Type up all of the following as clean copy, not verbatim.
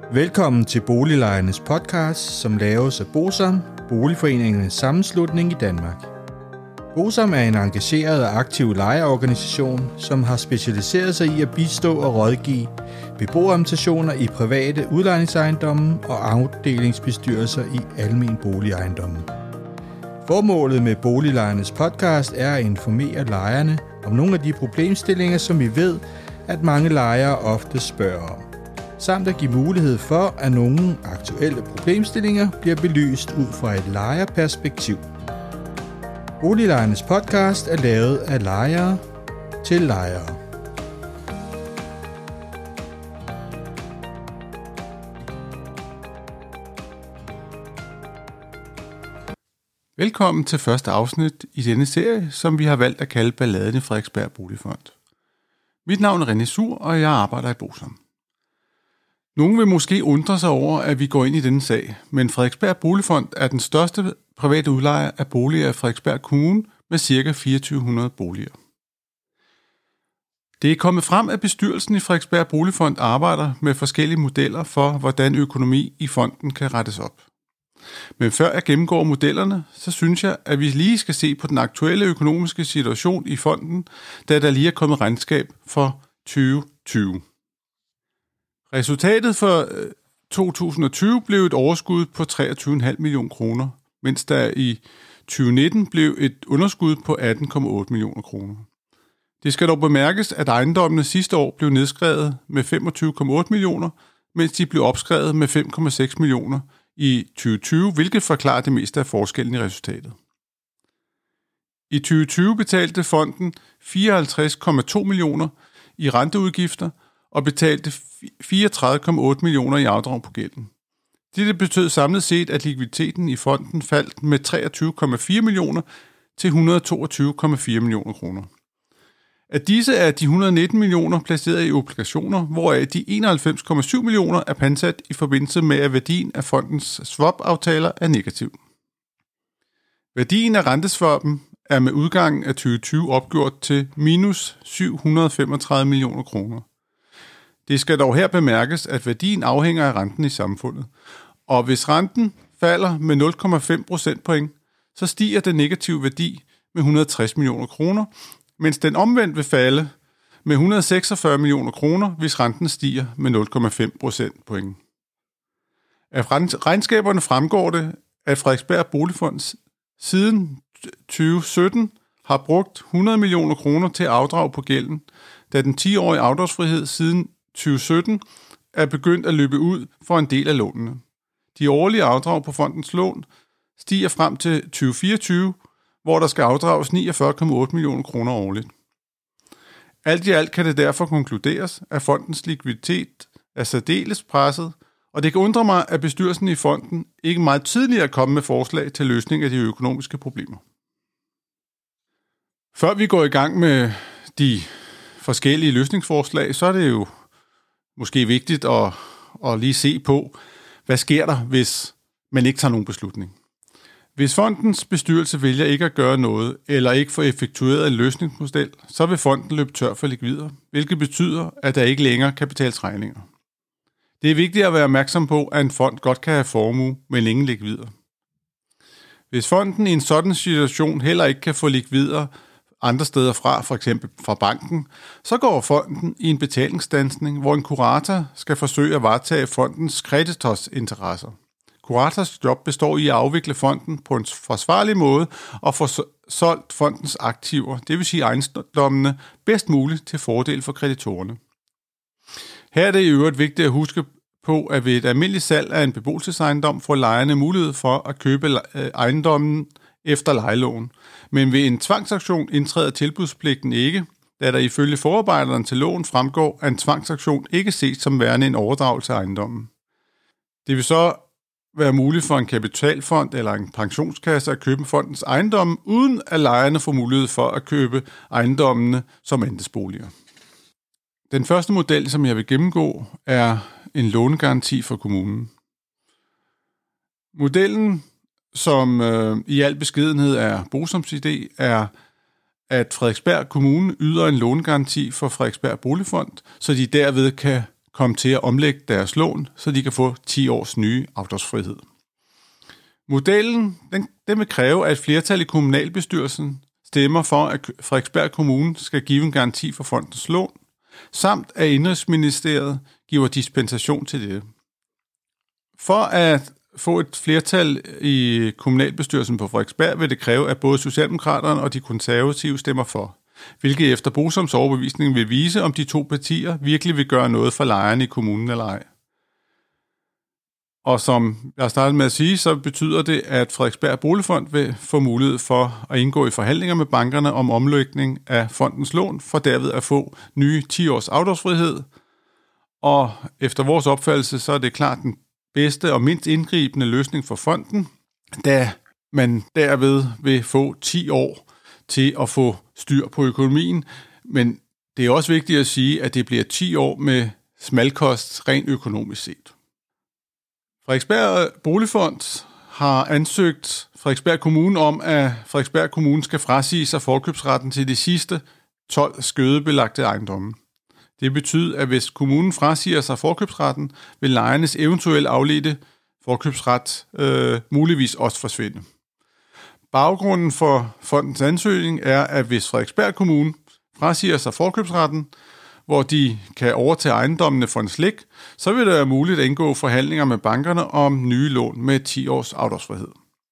Velkommen til Boliglejernes podcast, som laves af BOSAM, Boligforeningernes Sammenslutning i Danmark. BOSAM er en engageret og aktiv lejerorganisation, som har specialiseret sig i at bistå og rådgive beboerorganisationer i private udlejningsejendomme og afdelingsbestyrelser i almen boligejendomme. Formålet med Boliglejernes podcast er at informere lejerne om nogle af de problemstillinger, som vi ved, at mange lejere ofte spørger om, samt at give mulighed for, at nogle aktuelle problemstillinger bliver belyst ud fra et lejerperspektiv. Boliglejernes podcast er lavet af lejere til lejere. Velkommen til første afsnit i denne serie, som vi har valgt at kalde Balladen i Frederiksberg Boligfond. Mit navn er René Sur, og jeg arbejder i BOSAM. Nogen vil måske undre sig over, at vi går ind i denne sag, men Frederiksberg Boligfond er den største private udlejer af boliger i Frederiksberg Kommune med ca. 2400 boliger. Det er kommet frem, at bestyrelsen i Frederiksberg Boligfond arbejder med forskellige modeller for, hvordan økonomi i fonden kan rettes op. Men før jeg gennemgår modellerne, så synes jeg, at vi lige skal se på den aktuelle økonomiske situation i fonden, da der lige er kommet regnskab for 2020. Resultatet for 2020 blev et overskud på 23,5 millioner kroner, mens der i 2019 blev et underskud på 18,8 millioner kroner. Det skal dog bemærkes, at ejendommene sidste år blev nedskrevet med 25,8 millioner, mens de blev opskrevet med 5,6 millioner i 2020, hvilket forklarer det meste af forskellen i resultatet. I 2020 betalte fonden 54,2 millioner i renteudgifter og betalte 34,8 millioner i afdrag på gælden. Dette betød samlet set, at likviditeten i fonden faldt med 23,4 millioner til 122,4 millioner kroner. Af disse er de 119 millioner placeret i obligationer, hvoraf de 91,7 millioner er pantsat i forbindelse med, at værdien af fondens swap-aftaler er negativ. Værdien af renteswappen er med udgangen af 2020 opgjort til minus 735 millioner kroner. Det skal dog her bemærkes, at værdien afhænger af renten i samfundet, og hvis renten falder med 0,5 procentpoint, så stiger den negative værdi med 160 millioner kroner, mens den omvendt vil falde med 146 millioner kroner, hvis renten stiger med 0,5 procentpoint. Af regnskaberne fremgår det, at Frederiksberg Boligfond siden 2017 har brugt 100 millioner kroner til afdrag på gælden, da den 10-årige afdragsfrihed siden 2017 er begyndt at løbe ud for en del af lånene. De årlige afdrag på fondens lån stiger frem til 2024, hvor der skal afdrages 49,8 millioner kroner årligt. Alt i alt kan det derfor konkluderes, at fondens likviditet er særdeles presset, og det kan undre mig, at bestyrelsen i fonden ikke meget tidligere er kommet med forslag til løsning af de økonomiske problemer. Før vi går i gang med de forskellige løsningsforslag, så er det jo måske vigtigt at lige se på, hvad sker der, hvis man ikke tager nogen beslutning. Hvis fondens bestyrelse vælger ikke at gøre noget, eller ikke får effektueret en løsningsmodel, så vil fonden løbe tør for likvider, hvilket betyder, at der ikke længere kan betales regninger. Det er vigtigt at være opmærksom på, at en fond godt kan have formue, men ingen likvider. Hvis fonden i en sådan situation heller ikke kan få likvider andre steder fra, f.eks. fra banken, så går fonden i en betalingsstandsning, hvor en kurator skal forsøge at varetage fondens kreditors interesser. Kurators job består i at afvikle fonden på en forsvarlig måde og få solgt fondens aktiver, det vil sige ejendommene, bedst muligt til fordel for kreditorerne. Her er det i øvrigt vigtigt at huske på, at ved et almindeligt salg af en beboelsesejendom får lejerne mulighed for at købe ejendommen efter lejeloven. Men ved en tvangsauktion indtræder tilbudspligten ikke, da der ifølge forarbejderne til loven fremgår, at en tvangsauktion ikke ses som værende en overdragelse af ejendommen. Det vil så være muligt for en kapitalfond eller en pensionskasse at købe fondens ejendomme, uden at lejerne får mulighed for at købe ejendommene som andelsboliger. Den første model, som jeg vil gennemgå, er en lånegaranti for kommunen. Modellen, som i al beskedenhed er BOSAMs idé, er, at Frederiksberg Kommune yder en lånegaranti for Frederiksberg Boligfond, så de derved kan komme til at omlægge deres lån, så de kan få 10 års nye afdragsfrihed. Modellen den vil kræve, at et flertal i kommunalbestyrelsen stemmer for, at Frederiksberg Kommune skal give en garanti for fondens lån, samt at Indenrigsministeriet giver dispensation til det. For at få et flertal i kommunalbestyrelsen på Frederiksberg vil det kræve, at både Socialdemokraterne og de konservative stemmer for, hvilket efter Bosoms overbevisning vil vise, om de to partier virkelig vil gøre noget for lejerne i kommunen eller ej. Og som jeg startede med at sige, så betyder det, at Frederiksberg Boligfond vil få mulighed for at indgå i forhandlinger med bankerne om omlægning af fondens lån, for derved at få nye 10 års afdragsfrihed. Og efter vores opfattelse, så er det klart den bedste og mindst indgribende løsning for fonden, da man derved vil få 10 år til at få styr på økonomien. Men det er også vigtigt at sige, at det bliver 10 år med smalkost rent økonomisk set. Frederiksberg Boligfond har ansøgt Frederiksberg Kommune om, at Frederiksberg Kommune skal frasige sig forkøbsretten til de sidste 12 skødebelagte ejendomme. Det betyder, at hvis kommunen frasiger sig forkøbsretten, vil lejernes eventuelt afledte forkøbsret muligvis også forsvinde. Baggrunden for fondens ansøgning er, at hvis Frederiksberg Kommune frasiger sig forkøbsretten, hvor de kan overtage ejendommene for en slik, så vil det være muligt at indgå forhandlinger med bankerne om nye lån med 10 års afdragsfrihed.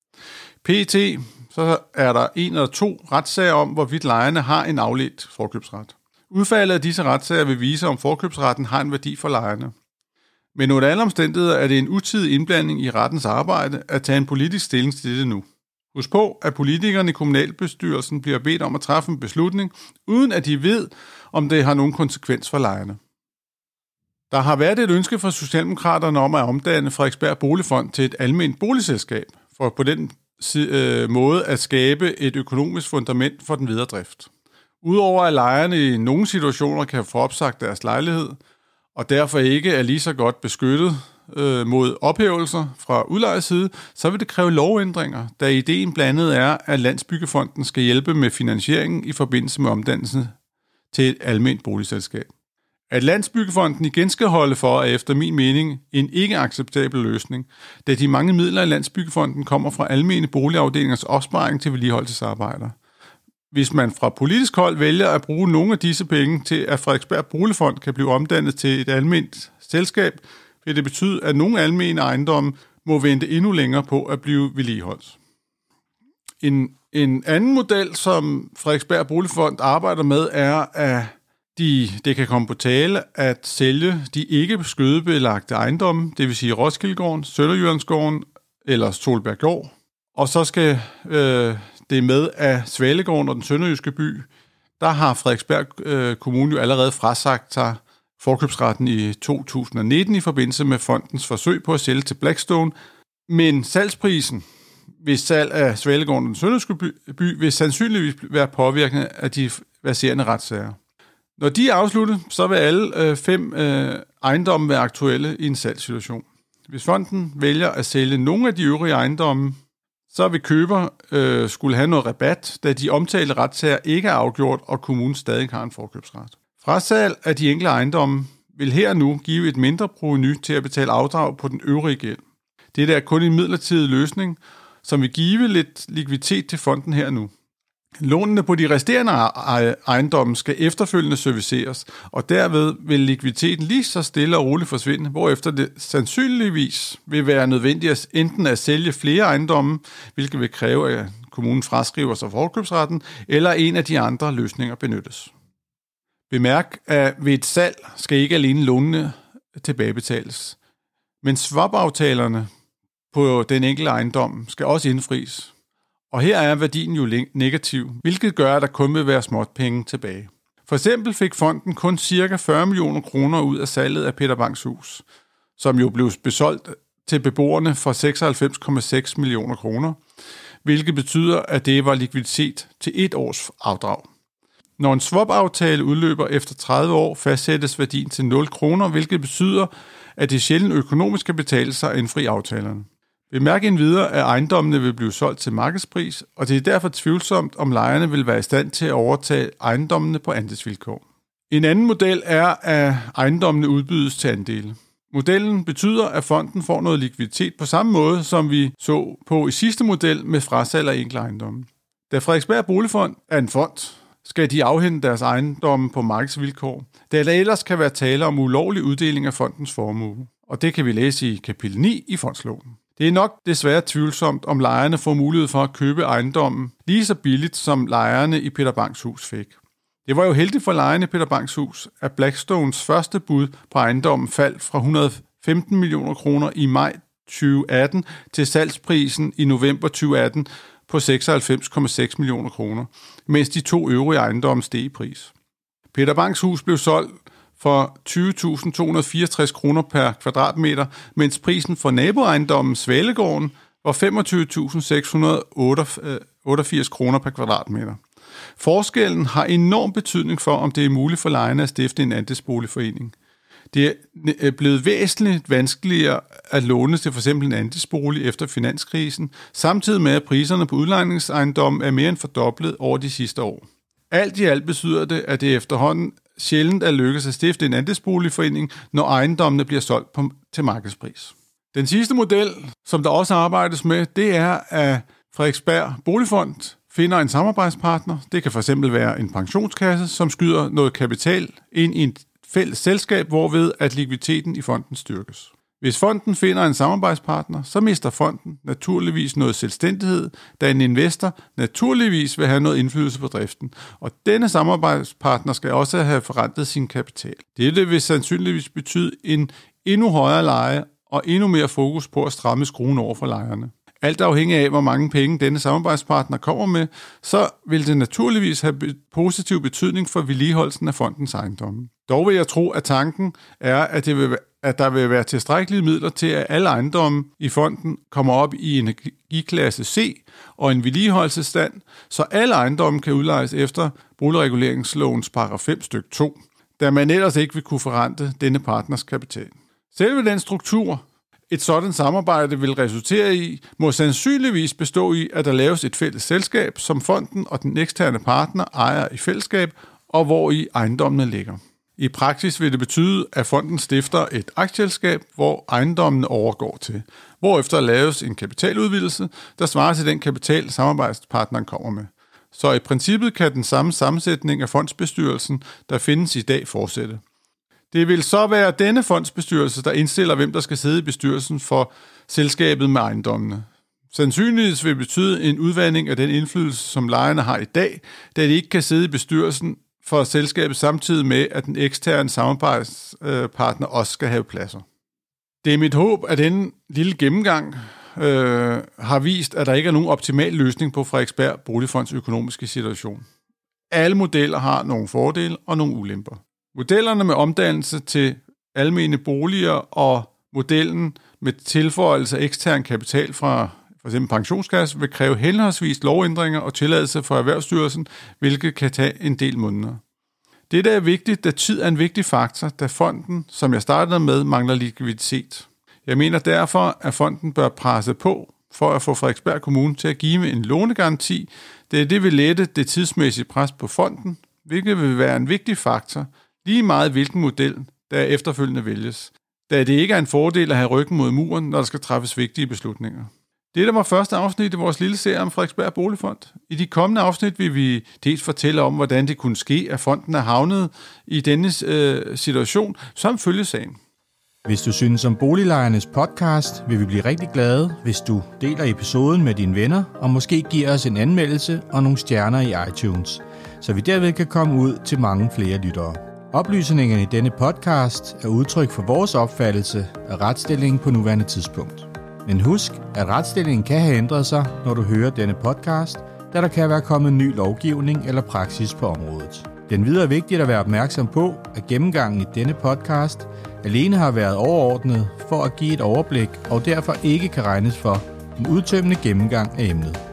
PET, så er der 1 eller 2 retssager om, hvorvidt lejerne har en afledt forkøbsret. Udfaldet af disse retssager vil vise, om forkøbsretten har en værdi for lejerne. Men under alle omstændigheder er det en utidig indblanding i rettens arbejde at tage en politisk stilling til det nu. Husk på, at politikerne i kommunalbestyrelsen bliver bedt om at træffe en beslutning, uden at de ved, om det har nogen konsekvens for lejerne. Der har været et ønske fra Socialdemokraterne om at omdanne Frederiksberg Boligfond til et alment boligselskab, for på den måde at skabe et økonomisk fundament for den videre drift. Udover at lejerne i nogle situationer kan få opsagt deres lejlighed, og derfor ikke er lige så godt beskyttet mod ophævelser fra udlejers side, så vil det kræve lovændringer, da ideen blandt andet er, at Landsbyggefonden skal hjælpe med finansieringen i forbindelse med omdannelsen til et alment boligselskab. At Landsbyggefonden igen skal holde for, er efter min mening en ikke acceptabel løsning, da de mange midler i Landsbyggefonden kommer fra almene boligafdelingers opsparing til vedligeholdelsesarbejder. Hvis man fra politisk hold vælger at bruge nogle af disse penge til, at Frederiksberg Boligfond kan blive omdannet til et alment selskab, vil det betyde, at nogle almene ejendomme må vente endnu længere på at blive vedligeholdt. En anden model, som Frederiksberg Boligfond arbejder med, er, at det kan komme på tale at sælge de ikke skødebelagte ejendomme, det vil sige Roskildegården, Sønderjyllandsgården eller Solbjerggård. Og så skal det med af Svalegården og den sønderjyske by, der har Frederiksberg Kommune jo allerede frasagt sig forkøbsretten i 2019 i forbindelse med fondens forsøg på at sælge til Blackstone, men salgsprisen ved salg af Svalegården og den sønderjyske by vil sandsynligvis være påvirket af de verserende retssager. Når de er afsluttet, så vil alle 5 ejendomme være aktuelle i en salgssituation. Hvis fonden vælger at sælge nogle af de øvrige ejendomme, så vil køber skulle have noget rabat, da de omtalte retssager ikke er afgjort, og kommunen stadig har en forkøbsret. Frasalg af de enkelte ejendomme vil her nu give et mindre provenu til at betale afdrag på den øvrige gæld. Det er kun en midlertidig løsning, som vil give lidt likviditet til fonden her nu. Lånene på de resterende ejendomme skal efterfølgende serviceres, og derved vil likviditeten lige så stille og roligt forsvinde, hvorefter det sandsynligvis vil være nødvendigt enten at sælge flere ejendomme, hvilket vil kræve, at kommunen fraskriver sig forkøbsretten, eller en af de andre løsninger benyttes. Bemærk, at ved et salg skal ikke alene lånene tilbagebetales, men swap-aftalerne på den enkelte ejendom skal også indfries. Og her er værdien jo negativ, hvilket gør, at der kun vil være småt penge tilbage. For eksempel fik fonden kun ca. 40 millioner kroner ud af salget af Peter Bangs hus, som jo blev besolgt til beboerne for 96,6 millioner kroner, hvilket betyder, at det var likviditet til 1 års afdrag. Når en swap-aftale udløber efter 30 år, fastsættes værdien til 0 kroner, hvilket betyder, at det sjældent økonomisk kan betale sig at indfri aftalerne. Bemærk endvidere, at ejendommene vil blive solgt til markedspris, og det er derfor tvivlsomt, om lejerne vil være i stand til at overtage ejendommene på andelsvilkår. En anden model er, at ejendommene udbydes til andele. Modellen betyder, at fonden får noget likviditet på samme måde, som vi så på i sidste model med frasalg af enkelte ejendomme. Da Frederiksberg Boligfond er en fond, skal de afhente deres ejendomme på markedsvilkår, da der ellers kan være tale om ulovlig uddeling af fondens formue. Og det kan vi læse i kapitel 9 i fondsloven. Det er nok desværre tvivlsomt, om lejerne får mulighed for at købe ejendommen lige så billigt, som lejerne i Peter Bangs hus fik. Det var jo heldigt for lejerne i Peter Bangs hus, at Blackstones første bud på ejendommen faldt fra 115 millioner kroner i maj 2018 til salgsprisen i november 2018 på 96,6 millioner kroner, mens de 2 øvrige ejendomme steg i pris. Peter Bangs hus blev solgt for 20.264 kroner per kvadratmeter, mens prisen for naboejendommen Svalegården var 25.688 kroner per kvadratmeter. Forskellen har enorm betydning for, om det er muligt for lejerne at stifte en andelsboligforening. Det er blevet væsentligt vanskeligere at låne til f.eks. en andelsbolig efter finanskrisen, samtidig med at priserne på udlejningsejendommen er mere end fordoblet over de sidste år. Alt i alt betyder det, at det efterhånden sjældent er lykkedes at stifte en andelsboligforening, når ejendommene bliver solgt til markedspris. Den sidste model, som der også arbejdes med, det er, at Frederiksberg Boligfond finder en samarbejdspartner. Det kan f.eks. være en pensionskasse, som skyder noget kapital ind i et fælles selskab, hvorved at likviditeten i fonden styrkes. Hvis fonden finder en samarbejdspartner, så mister fonden naturligvis noget selvstændighed, da en investor naturligvis vil have noget indflydelse på driften, og denne samarbejdspartner skal også have forrentet sin kapital. Dette vil sandsynligvis betyde en endnu højere leje og endnu mere fokus på at stramme skruen over for lejerne. Alt afhængig af, hvor mange penge denne samarbejdspartner kommer med, så vil det naturligvis have positiv betydning for vedligeholdelsen af fondens ejendomme. Dog vil jeg tro, at tanken er, at der vil være tilstrækkelige midler til, at alle ejendomme i fonden kommer op i energiklasse C og en vedligeholdelsesstand, så alle ejendomme kan udlejes efter boligreguleringslovens paragraf 5 stykke 2, da man ellers ikke vil kunne forrente denne partners kapital. Selve den struktur, et sådan samarbejde vil resultere i, må sandsynligvis bestå i, at der laves et fælles selskab, som fonden og den eksterne partner ejer i fællesskab, og hvor i ejendommene ligger. I praksis vil det betyde, at fonden stifter et aktieselskab, hvor ejendommene overgår til, hvorefter laves en kapitaludvidelse, der svarer til den kapital, samarbejdspartneren kommer med. Så i princippet kan den samme sammensætning af fondsbestyrelsen, der findes i dag, fortsætte. Det vil så være denne fondsbestyrelse, der indstiller, hvem der skal sidde i bestyrelsen for selskabet med ejendommene. Sandsynligvis vil betyde en udvanding af den indflydelse, som lejerne har i dag, da de ikke kan sidde i bestyrelsen for selskabet samtidig med, at den eksterne samarbejdspartner også skal have pladser. Det er mit håb, at denne lille gennemgang har vist, at der ikke er nogen optimal løsning på Frederiksberg Boligfonds økonomiske situation. Alle modeller har nogle fordele og nogle ulemper. Modellerne med omdannelse til almene boliger og modellen med tilføjelse af ekstern kapital fra f.eks. pensionskasse vil kræve henholdsvis lovændringer og tilladelse fra Erhvervsstyrelsen, hvilket kan tage en del måneder. Dette er vigtigt, da tid er en vigtig faktor, da fonden, som jeg startede med, mangler likviditet. Jeg mener derfor, at fonden bør presse på for at få Frederiksberg Kommune til at give en lånegaranti, da det vil lette det tidsmæssige pres på fonden, hvilket vil være en vigtig faktor, lige meget hvilken model, der efterfølgende vælges, da det ikke er en fordel at have ryggen mod muren, når der skal træffes vigtige beslutninger. Dette var første afsnit i vores lille serie om Frederiksberg Boligfond. I de kommende afsnit vil vi dels fortælle om, hvordan det kunne ske, at fonden er havnet i denne situation, som følgesagen. Hvis du synes om Boliglejernes podcast, vil vi blive rigtig glade, hvis du deler episoden med dine venner, og måske giver os en anmeldelse og nogle stjerner i iTunes, så vi derved kan komme ud til mange flere lyttere. Oplysningerne i denne podcast er udtryk for vores opfattelse af retsstillingen på nuværende tidspunkt. Men husk, at retsstillingen kan have ændret sig, når du hører denne podcast, da der kan være kommet ny lovgivning eller praksis på området. Den videre er vigtigt at være opmærksom på, at gennemgangen i denne podcast alene har været overordnet for at give et overblik og derfor ikke kan regnes for en udtømmende gennemgang af emnet.